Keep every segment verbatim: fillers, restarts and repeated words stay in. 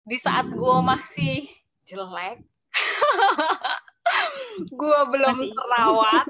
Di saat gue masih jelek, gue belum terawat,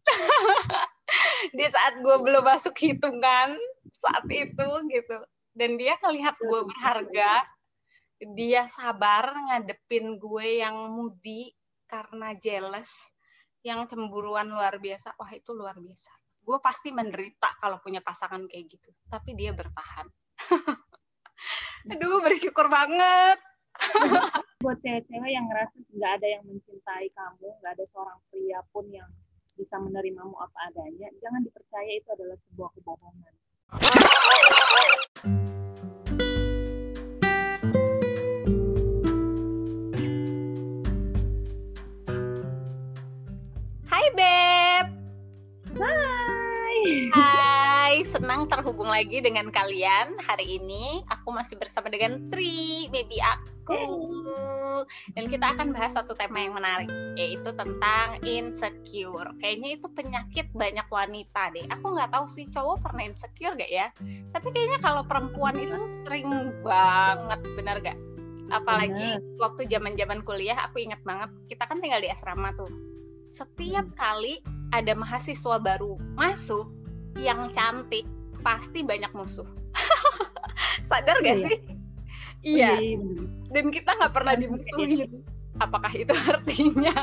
di saat gue belum masuk hitungan saat itu gitu, dan dia ngelihat gue berharga, dia sabar ngadepin gue yang moody karena jealous, yang cemburuan luar biasa. Wah, itu luar biasa. Gue pasti menderita kalau punya pasangan kayak gitu, tapi dia bertahan. Aduh, bersyukur banget. Buat cewek-cewek yang ngerasa nggak ada yang mencintai kamu, nggak ada seorang pria pun yang bisa menerimamu apa adanya, jangan dipercaya itu adalah sebuah kebohongan. Hai Beb. Hai. Hai, senang terhubung lagi dengan kalian. Hari ini aku masih bersama dengan Tri, baby aku. Dan kita akan bahas satu tema yang menarik, yaitu tentang insecure. Kayaknya itu penyakit banyak wanita deh. Aku nggak tahu sih cowok pernah insecure gak ya? Tapi kayaknya kalau perempuan itu sering banget, bener gak? Apalagi bener. Waktu zaman-zaman kuliah, aku ingat banget, kita kan tinggal di asrama tuh. Setiap kali ada mahasiswa baru masuk yang cantik, pasti banyak musuh. Sadar gak sih? Iya. iya. Dan kita nggak pernah dimusuhin. Apakah itu artinya?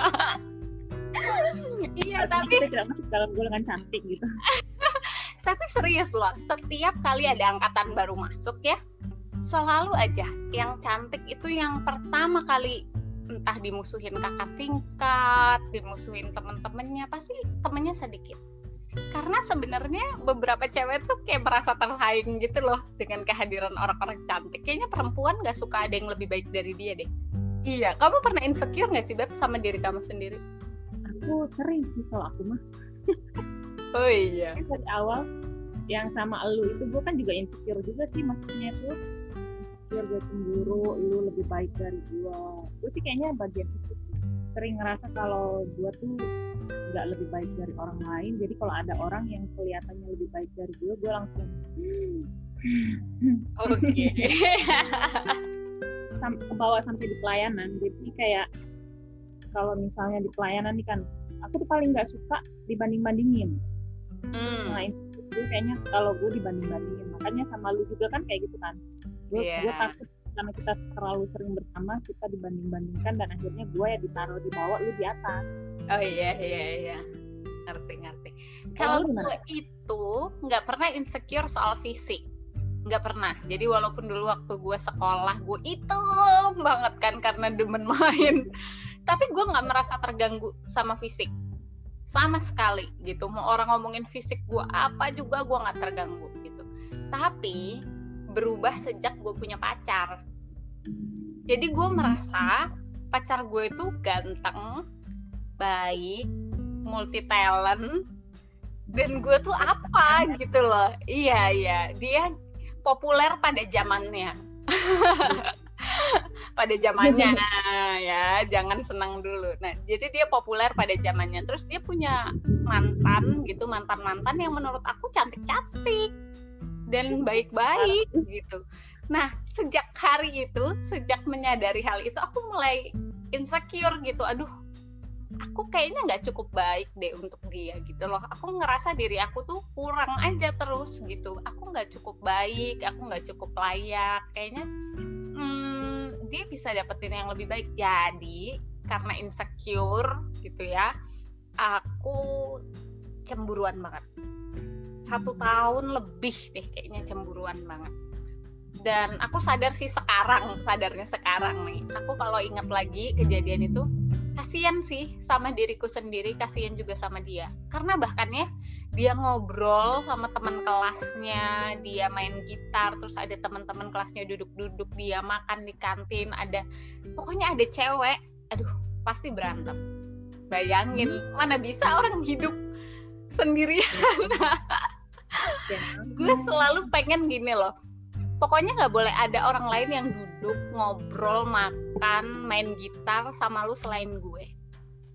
Iya, tapi kita tidak masuk dalam golongan cantik gitu. Tapi serius loh, setiap kali ada angkatan baru masuk ya, selalu aja yang cantik itu yang pertama kali entah dimusuhin kakak tingkat, dimusuhin temen-temennya, pasti temennya sedikit. Karena sebenarnya beberapa cewek tuh kayak merasa tersaing gitu loh dengan kehadiran orang-orang cantik. Kayaknya perempuan gak suka ada yang lebih baik dari dia deh. Iya, kamu pernah insecure gak sih Beb sama diri kamu sendiri? Aku sering sih kalau aku mah. Oh iya. Dari awal yang sama elu itu gue kan juga insecure juga sih, maksudnya itu biar gue cemburu, lu lebih baik dari gue. Gue sih kayaknya bagian itu sering ngerasa kalau gue tuh nggak lebih baik dari orang lain. Jadi kalau ada orang yang kelihatannya lebih baik dari gue, gue langsung oke. Okay. Sam- kebawa sampai di pelayanan. Jadi kayak kalau misalnya di pelayanan nih kan, aku tuh paling nggak suka dibanding-bandingin. Mm. Nah, itu kayaknya kalau gue dibanding-bandingin, makanya sama lu juga kan kayak gitu kan. Gue yeah. gue takut karena kita terlalu sering bersama, kita dibanding-bandingkan dan akhirnya gue ya ditaruh di bawah, lu di atas. Oh iya iya iya, ngerti ngerti. Kalau gue itu nggak pernah insecure soal fisik, nggak pernah. Jadi walaupun dulu waktu gue sekolah gue hitam banget kan karena demen main, tapi gue nggak merasa terganggu sama fisik sama sekali gitu. Mau orang ngomongin fisik gue apa juga gue nggak terganggu gitu. Tapi berubah sejak gue punya pacar. Jadi gue merasa pacar gue itu ganteng, baik, multi talent, dan gue tuh apa gitu loh. Iya iya, dia populer pada zamannya. Pada zamannya ya, jangan senang dulu. Nah, jadi dia populer pada zamannya. Terus dia punya mantan gitu, mantan-mantan yang menurut aku cantik-cantik dan baik-baik gitu. Nah, sejak hari itu, sejak menyadari hal itu, aku mulai insecure gitu. Aduh, aku kayaknya nggak cukup baik deh untuk dia gitu loh. Aku ngerasa diri aku tuh kurang aja terus gitu. Aku nggak cukup baik, aku nggak cukup layak. Kayaknya hmm, dia bisa dapetin yang lebih baik. Jadi karena insecure gitu ya, aku cemburuan banget. Satu tahun lebih deh kayaknya cemburuan banget. Dan aku sadar sih sekarang, sadarnya sekarang nih. Aku kalau ingat lagi kejadian itu, kasian sih sama diriku sendiri, kasian juga sama dia. Karena bahkan ya, dia ngobrol sama teman kelasnya, dia main gitar, terus ada teman-teman kelasnya duduk-duduk, dia makan di kantin, ada pokoknya ada cewek, aduh pasti berantem. Bayangin, mana bisa orang hidup sendirian. Gue selalu pengen gini loh, pokoknya nggak boleh ada orang lain yang duduk, ngobrol, makan, main gitar sama lu selain gue.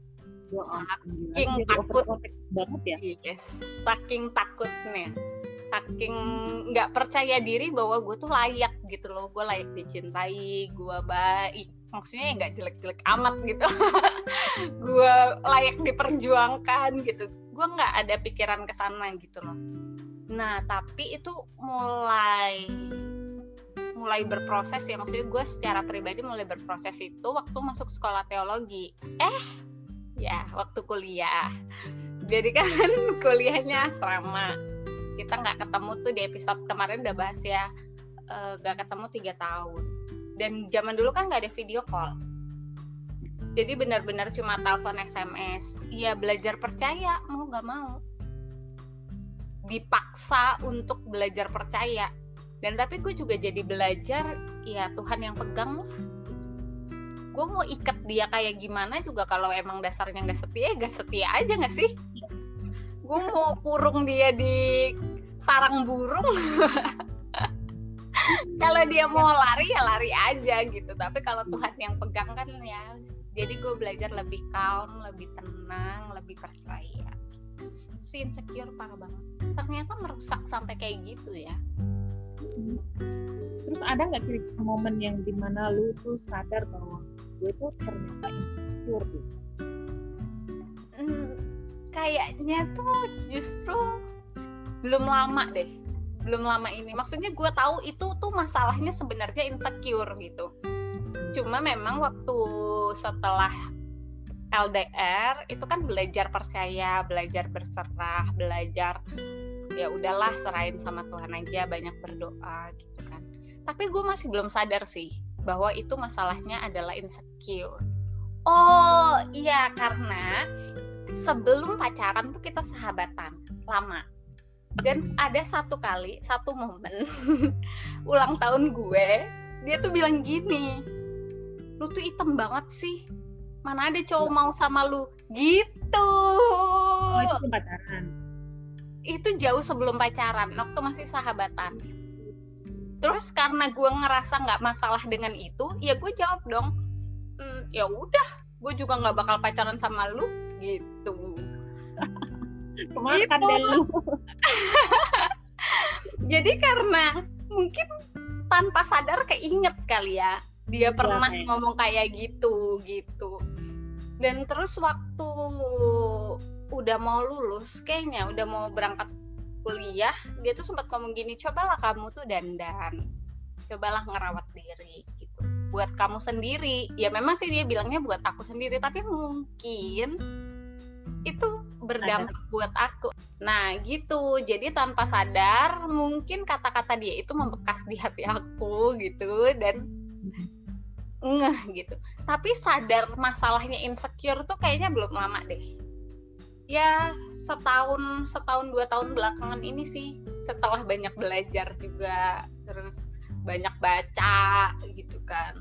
Saking takut banget ya. Yes, saking takutnya. saking nggak percaya diri bahwa gue tuh layak gitu loh, gue layak dicintai, gue baik, maksudnya nggak jelek-jelek amat gitu. Gue layak diperjuangkan gitu, gue nggak ada pikiran kesana gitu loh. Nah tapi itu mulai mulai berproses ya, maksudnya gue secara pribadi mulai berproses itu waktu masuk sekolah teologi. Eh ya waktu kuliah, jadi kan kuliahnya asrama, kita nggak ketemu tuh, di episode kemarin udah bahas ya, nggak uh, ketemu tiga tahun. Dan zaman dulu kan nggak ada video call, jadi benar-benar cuma telepon S M S. Iya belajar percaya, mau nggak mau dipaksa untuk belajar percaya. Dan tapi gue juga jadi belajar, ya Tuhan yang pegang lah. Gue mau ikat dia kayak gimana juga, kalau emang dasarnya nggak setia, nggak setia aja nggak sih? Gue mau kurung dia di sarang burung. Kalau dia mau lari ya lari aja gitu. Tapi kalau Tuhan yang pegang kan ya. Jadi gue belajar lebih calm, lebih tenang, lebih percaya. Si insecure parah banget. Ternyata merusak sampai kayak gitu ya. Terus ada nggak cerita momen yang dimana lu tuh sadar bahwa gue tuh ternyata insecure gitu? Hmm, kayaknya tuh justru belum lama deh, belum lama ini. Maksudnya gue tahu itu tuh masalahnya sebenarnya insecure gitu. Cuma memang waktu setelah L D R itu kan belajar percaya, belajar berserah, belajar ya udahlah serahin sama Tuhan aja, banyak berdoa gitu kan. Tapi gue masih belum sadar sih bahwa itu masalahnya adalah insecure. Oh iya, karena sebelum pacaran tuh kita sahabatan lama. Dan ada satu kali, satu momen ulang tahun gue, dia tuh bilang gini, lu tuh hitam banget sih, mana ada cowok mau sama lu gitu. Oh itu pacaran? Itu jauh sebelum pacaran, waktu masih sahabatan. Terus karena gue ngerasa nggak masalah dengan itu, ya gue jawab dong, hm, ya udah, gue juga nggak bakal pacaran sama lu gitu. Kemakan gitu. Deh lu. Jadi karena mungkin tanpa sadar keinget kali ya, dia pernah ya, ngomong kayak gitu gitu. Dan terus waktu udah mau lulus, kayaknya udah mau berangkat kuliah, dia tuh sempat ngomong gini, cobalah kamu tuh dandan, cobalah ngerawat diri gitu, buat kamu sendiri. Ya memang sih dia bilangnya buat aku sendiri, tapi mungkin itu berdampak Ada. buat aku. Nah gitu, jadi tanpa sadar mungkin kata-kata dia itu membekas di hati aku gitu, dan ngeh gitu. Tapi sadar masalahnya insecure tuh kayaknya belum lama deh. Ya setahun, setahun dua tahun belakangan ini sih, setelah banyak belajar juga, terus banyak baca gitu kan.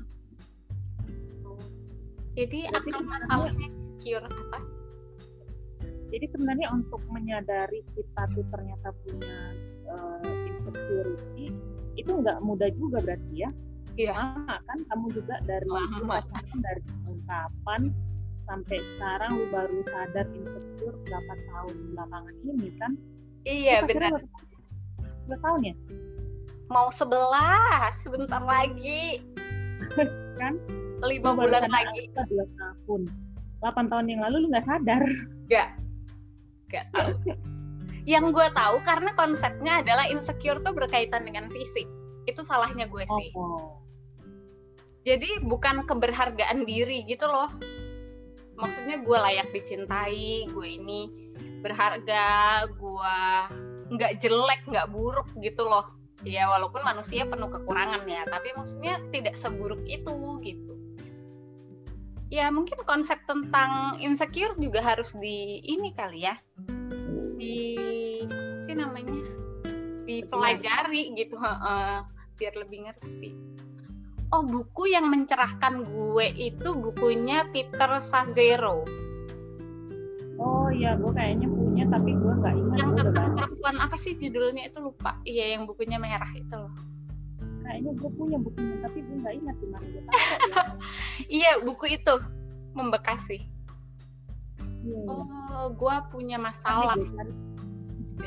Jadi Berarti akar masalahnya insecure apa? Jadi sebenarnya untuk menyadari kita tuh ternyata punya uh, insecurity itu nggak mudah juga berarti ya? Iya. Nah, kan kamu juga dari pacaran dari ungkapan sampai sekarang lu baru sadar insecure berapa tahun belakangan ini kan? Iya benar. Berapa tahun ya? Mau sebelas sebentar lagi. Kan? Lima bulan lagi. Dua tahun. Delapan tahun yang lalu lu nggak sadar? Nggak, nggak tahu. Yang gue tahu karena konsepnya adalah insecure tuh berkaitan dengan fisik. Itu salahnya gue sih. Oh. Jadi bukan keberhargaan diri gitu loh. Maksudnya gue layak dicintai, gue ini berharga, gue nggak jelek, nggak buruk gitu loh. Ya walaupun manusia penuh kekurangan ya, tapi maksudnya tidak seburuk itu gitu. Ya mungkin konsep tentang insecure juga harus di ini kali ya, di si namanya dipelajari gitu, uh, biar lebih ngerti. Oh, buku yang mencerahkan gue itu bukunya Peter Scazzero. Oh iya, gue kayaknya punya tapi gue nggak ingat. Yang tentang perempuan apa sih judulnya itu, lupa. Iya, yang bukunya merah itu loh. Kayaknya gue punya bukunya tapi gue nggak ingat di mana gue taruh. Ya. Iya, buku itu membekas sih. Iya, oh, gue punya masalah. Iya.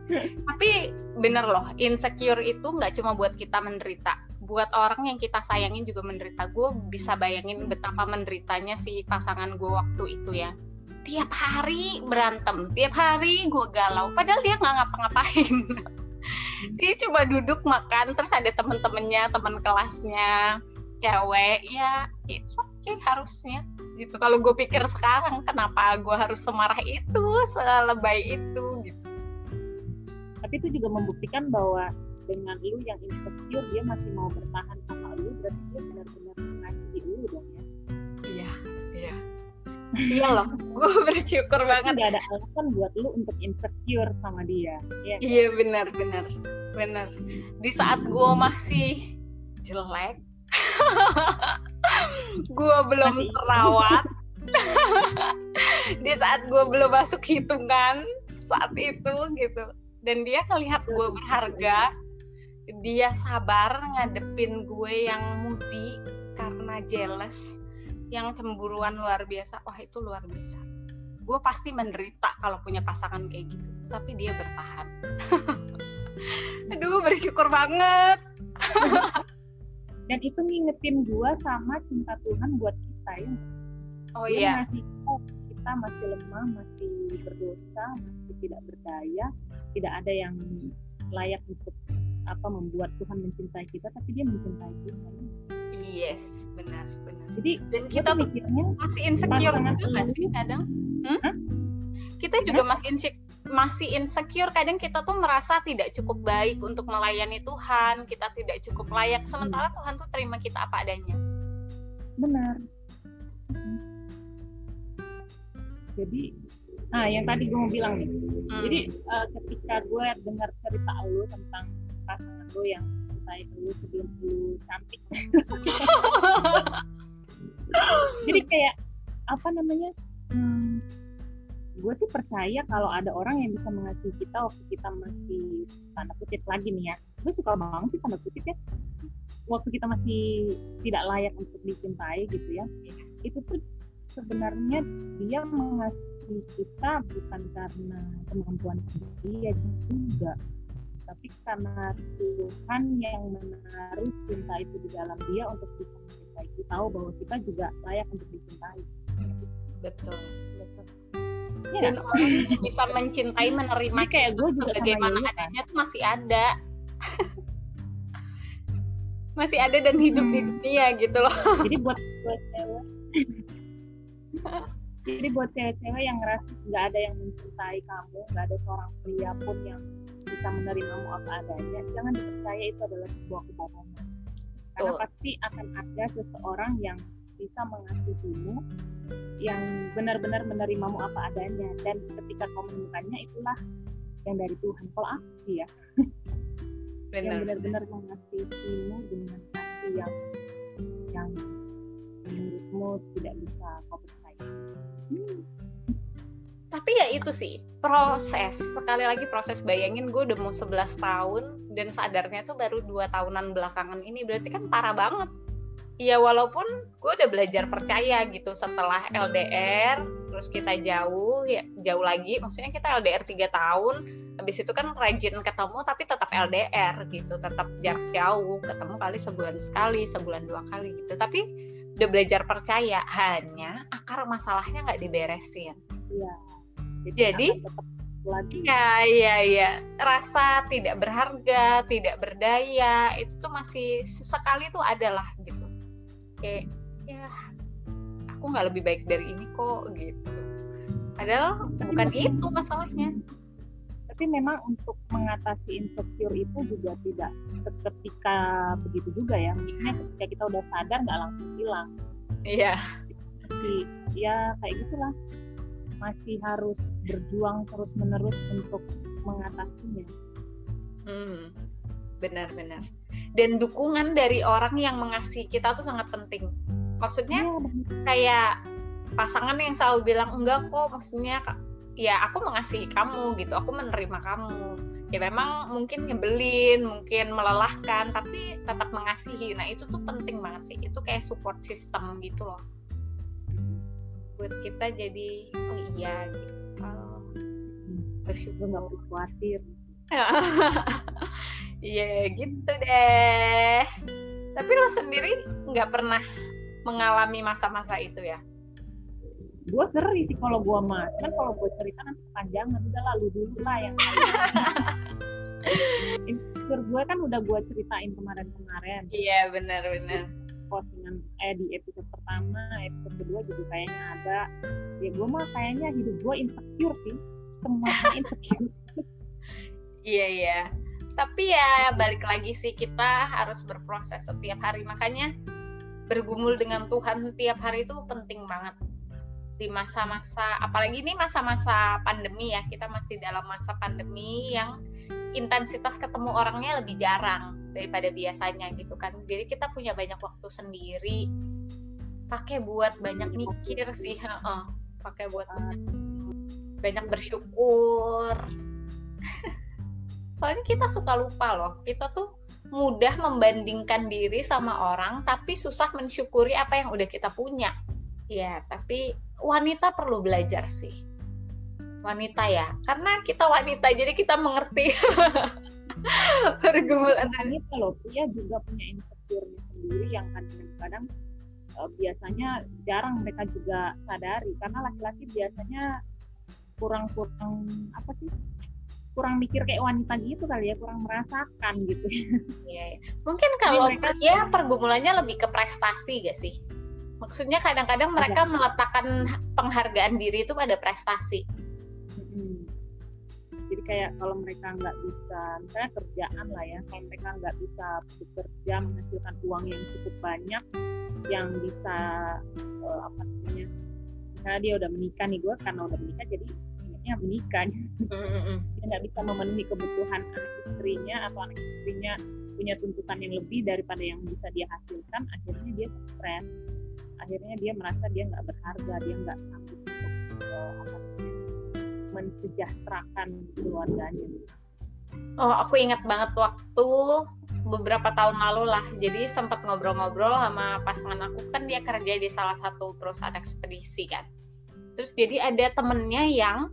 Tapi bener loh, insecure itu nggak cuma buat kita menderita, buat orang yang kita sayangin juga menderita. Gue bisa bayangin betapa menderitanya si pasangan gue waktu itu ya. Tiap hari berantem, tiap hari gue galau, padahal dia nggak ngapa-ngapain. Dia cuma duduk makan, terus ada temen-temennya, teman kelasnya cewek, ya it's okay harusnya gitu. Kalau gue pikir sekarang, kenapa gue harus semarah itu, selebay itu gitu. Tapi itu juga membuktikan bahwa dengan lu yang insecure, dia masih mau bertahan sama lu, berarti dia benar-benar mengasihi lu dong ya. Iya, iya. Iya loh, gue bersyukur banget. Gak ada alasan buat lu untuk insecure sama dia. Ya, iya kan? benar, benar, benar. Di saat gue masih jelek, gue belum masih terawat, di saat gue belum masuk hitungan saat itu gitu, dan dia ngelihat gue berharga, dia sabar ngadepin gue yang moody karena jealous, yang cemburuan luar biasa. Wah itu luar biasa. Gue pasti menderita kalau punya pasangan kayak gitu, tapi dia bertahan. Aduh bersyukur banget. Dan itu ngingetin gue sama cinta Tuhan buat kita ya. Oh dia iya. Masih, oh, kita masih lemah, masih berdosa, masih tidak berdaya, tidak ada yang layak untuk apa membuat Tuhan mencintai kita, tapi dia mencintai kita. Yes, benar, benar. Jadi dan kita tuh mikirnya masih insecure juga nggak sih kadang? Hmm? Hah? Kita juga Hah? masih insecure, masih insecure. Kadang kita tuh merasa tidak cukup baik untuk melayani Tuhan, kita tidak cukup layak. Sementara hmm. Tuhan tuh terima kita apa adanya. Benar. Jadi, nah yang tadi gue mau bilang nih. Hmm. Jadi uh, ketika gue dengar cerita lu tentang pasangan lu yang saya dulu sebelum lu cantik. Jadi kayak apa namanya? Hmm, gue sih percaya kalau ada orang yang bisa mengasihi kita waktu kita masih tanda kutip lagi nih ya. Gue suka banget sih tanda kutip ya. Waktu kita masih tidak layak untuk dicintai gitu ya. Itu tuh sebenarnya dia mengasihi kita bukan karena kemampuan dia juga, tapi karena Tuhan yang menaruh cinta itu di dalam dia untuk bisa mencintai kita, tahu bahwa kita juga layak untuk dicintai. Betul, betul. Ya, dan orang yang bisa mencintai, menerima kayak gue juga bagaimana adanya tuh masih ada. Masih ada dan hidup hmm. di dunia gitu loh. Jadi buat buat cewek Jadi buat cewek-cewek yang ngerasa nggak ada yang mencintai kamu, nggak ada seorang pria pun yang bisa menerimamu apa adanya, jangan dipercaya itu adalah sebuah kebohongan. Karena oh. pasti akan ada seseorang yang bisa mengasihimu, yang benar-benar menerimamu apa adanya, dan ketika kau menemukannya, itulah yang dari Tuhan. Kalau aku sih ya, benar, yang benar-benar mengasihimu dengan kasih yang yang menurutmu tidak bisa kau percaya. Hmm. Tapi ya itu sih proses, sekali lagi proses. Bayangin gue udah mau sebelas tahun dan sadarnya tuh baru dua tahunan belakangan ini, berarti kan parah banget. Ya walaupun gue udah belajar percaya gitu setelah L D R, terus kita jauh, ya jauh lagi, maksudnya kita L D R tiga tahun, habis itu kan rajin ketemu tapi tetap L D R gitu, tetap jarak jauh, ketemu kali sebulan sekali, sebulan dua kali gitu. Tapi udah belajar percaya, hanya akar masalahnya nggak diberesin. Iya. Jadi, Jadi lagi. Ya, ya, ya. Rasa tidak berharga, tidak berdaya, itu tuh masih sesekali tuh ada lah gitu. Kayak, ya, aku nggak lebih baik dari ini kok gitu. Padahal tapi bukan memang, itu masalahnya. Tapi memang untuk mengatasi insecure itu juga tidak seketika begitu juga ya. Maksudnya ketika kita udah sadar nggak langsung hilang. Iya. Jadi, ya kayak gitulah. Masih harus berjuang terus-menerus untuk mengatasinya. Hmm, benar-benar. Dan dukungan dari orang yang mengasihi kita tuh sangat penting. Maksudnya ya, kayak pasangan yang selalu bilang enggak kok, maksudnya ya aku mengasihi kamu gitu, aku menerima kamu. Ya memang mungkin nyebelin, mungkin melelahkan, tapi tetap mengasihi. Nah itu tuh penting banget sih. Itu kayak support system gitu loh. Buat kita jadi oh iya gitu, oh, bersyukur, nggak perlu khawatir. Iya gitu deh. Tapi lo sendiri nggak pernah mengalami masa-masa itu ya? Gue seri sih kalau gue mah, kan kalau gue cerita nanti panjangan, udah lalu dulu lah yang insecure gue kan udah gue ceritain kemarin-kemarin. Iya benar-benar. Postingan eh di episode pertama, episode kedua juga kayaknya ada. Ya gue mah kayaknya hidup gue insecure sih, semuanya insecure. Iya iya. Tapi ya balik lagi sih, kita harus berproses setiap hari, makanya bergumul dengan Tuhan setiap hari itu penting banget. Di masa-masa, apalagi ini masa-masa pandemi ya, kita masih dalam masa pandemi yang intensitas ketemu orangnya lebih jarang daripada biasanya gitu kan. Jadi kita punya banyak waktu sendiri, pakai buat banyak mikir sih, uh, pakai buat banyak, banyak bersyukur. Soalnya kita suka lupa loh, kita tuh mudah membandingkan diri sama orang, tapi susah mensyukuri apa yang udah kita punya. Ya, tapi wanita perlu belajar sih. Wanita ya, karena kita wanita, jadi kita mengerti pergumulan wanita loh. Dia juga punya insecure-nya sendiri yang kadang-kadang uh, biasanya jarang mereka juga sadari, karena laki-laki biasanya kurang-kurang apa sih? kurang mikir kayak wanita gitu kali ya, kurang merasakan gitu. Iya, iya. Mungkin kalau mereka ya pergumulannya lebih ke prestasi gak sih? Maksudnya kadang-kadang mereka ada. meletakkan penghargaan diri itu pada prestasi. Hmm. Jadi kayak kalau mereka nggak bisa, misalnya kerjaan lah ya, kalau mereka nggak bisa bekerja menghasilkan uang yang cukup banyak, yang bisa uh, apa namanya, misalnya dia udah menikah nih, gue karena udah menikah jadi ingatnya menikah, mm-hmm. dia nggak bisa memenuhi kebutuhan anak istrinya atau anak istrinya punya tuntutan yang lebih daripada yang bisa dia hasilkan, akhirnya dia stres. Akhirnya dia merasa dia nggak berharga, dia nggak sanggup untuk uh, apa namanya, mensejahterakan keluarganya. Oh, aku ingat banget waktu beberapa tahun lalu lah. Jadi sempat ngobrol-ngobrol sama pasangan aku, kan dia kerja di salah satu perusahaan ekspedisi kan. Terus jadi ada temennya yang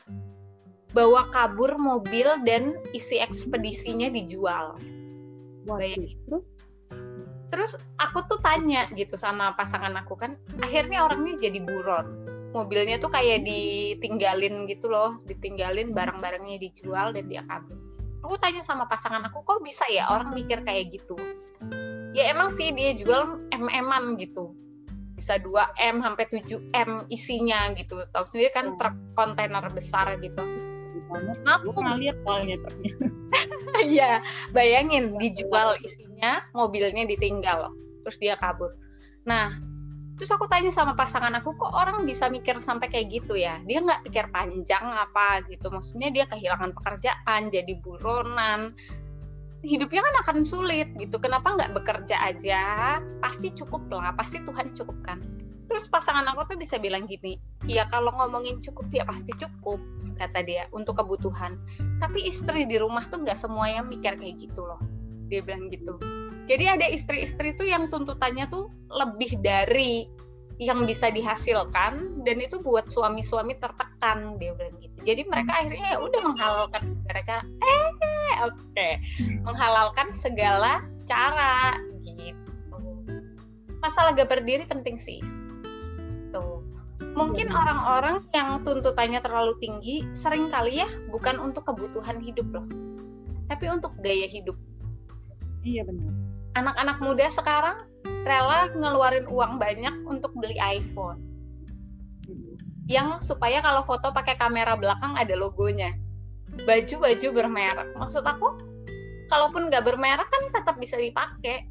bawa kabur mobil dan isi ekspedisinya dijual. Bayangin. Terus Terus aku tuh tanya gitu sama pasangan aku kan, akhirnya orangnya jadi buron. Mobilnya tuh kayak ditinggalin gitu loh, ditinggalin, barang-barangnya dijual dan dia kabur. Aku tanya sama pasangan aku, kok bisa ya orang mikir kayak gitu? Ya emang sih dia jual em-eman gitu. Bisa dua em sampai tujuh em isinya gitu. Tahu sendiri kan truk kontainer besar gitu. Aku pernah lihat soalnya truknya. Iya, bayangin dijual isinya, mobilnya ditinggal, terus dia kabur. Nah, terus aku tanya sama pasangan aku, kok orang bisa mikir sampai kayak gitu ya? Dia nggak pikir panjang apa gitu, maksudnya dia kehilangan pekerjaan, jadi buronan, hidupnya kan akan sulit gitu. Kenapa nggak bekerja aja? Pasti cukup lah, pasti Tuhan cukupkan. Terus pasangan aku tuh bisa bilang gini, ya kalau ngomongin cukup ya pasti cukup, kata dia, untuk kebutuhan. Tapi istri di rumah tuh nggak semuanya mikir kayak gitu loh, dia bilang gitu. Jadi ada istri-istri tuh yang tuntutannya tuh lebih dari yang bisa dihasilkan, dan itu buat suami-suami tertekan, dia bilang gitu. Jadi mereka akhirnya ya udah menghalalkan segala cara, eh oke, okay. menghalalkan segala cara gitu. Masalah gak berdiri penting sih. Tuh. Mungkin ya, orang-orang yang tuntutannya terlalu tinggi sering kali ya bukan untuk kebutuhan hidup loh, tapi untuk gaya hidup. Iya benar. Anak-anak muda sekarang rela ngeluarin uang banyak untuk beli iPhone, hmm. yang supaya kalau foto pakai kamera belakang ada logonya. Baju-baju bermerek. Maksud aku, kalaupun nggak bermerek kan tetap bisa dipakai.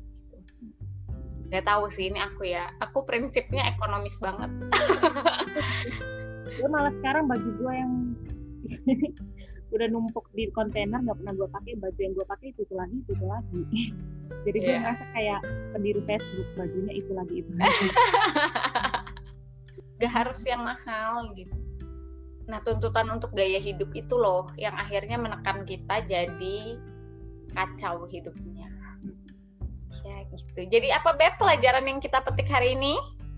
Gak tahu sih, ini aku ya, aku prinsipnya ekonomis banget. Gue malah sekarang baju gue yang udah numpuk di kontainer nggak pernah gue pakai, baju yang gue pakai itu, itu lagi itu, itu lagi. Jadi gue yeah. ngerasa kayak pendiri Facebook, bajunya itu lagi itu lagi. Gak harus yang mahal gitu. Nah, tuntutan untuk gaya hidup itu loh yang akhirnya menekan kita jadi kacau hidupnya. Ya gitu. Jadi apa Beb pelajaran yang kita petik hari ini?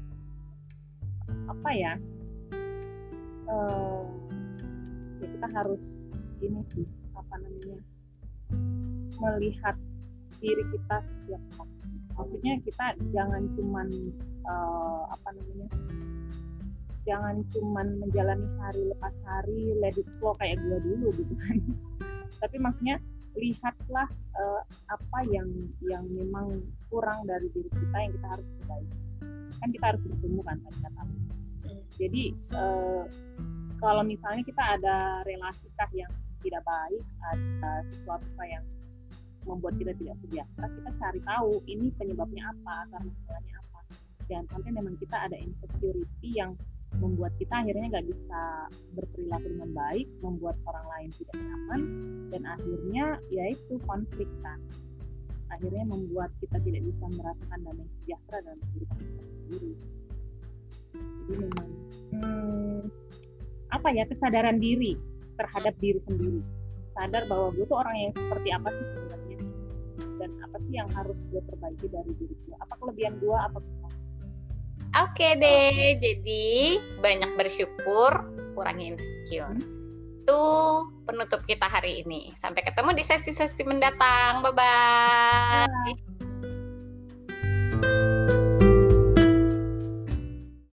Apa ya? Uh, ya kita harus ini sih, apa apa namanya melihat diri kita setiap waktu. Maksudnya kita jangan cuman uh, apa namanya jangan cuman menjalani hari lepas hari let it flow kayak gue dulu gitu kan. Tapi maksudnya lihatlah uh, apa yang yang memang kurang dari diri kita yang kita harus perbaiki. Kan kita harus bertumbuh kan tadi kata. Jadi uh, kalau misalnya kita ada relasi kah yang tidak baik, ada sesuatu yang membuat kita tidak sejahtera, kita cari tahu ini penyebabnya apa, akar masalahnya apa. Jangan sampai memang kita ada insecurity yang membuat kita akhirnya nggak bisa berperilaku dengan baik, membuat orang lain tidak nyaman, dan akhirnya yaitu konflik kan. Akhirnya membuat kita tidak bisa merasakan damai sejahtera dalam kehidupan kita sendiri. Jadi memang hmm, apa ya kesadaran diri terhadap diri sendiri, sadar bahwa gue tuh orang yang seperti apa sih sebenarnya, dan apa sih yang harus gue perbaiki dari diri gue, apa kelebihan gue, apa kekurangan. Oke deh, jadi banyak bersyukur, kurangi insecure. Hmm. Itu penutup kita hari ini. Sampai ketemu di sesi-sesi mendatang. Bye-bye. Bye.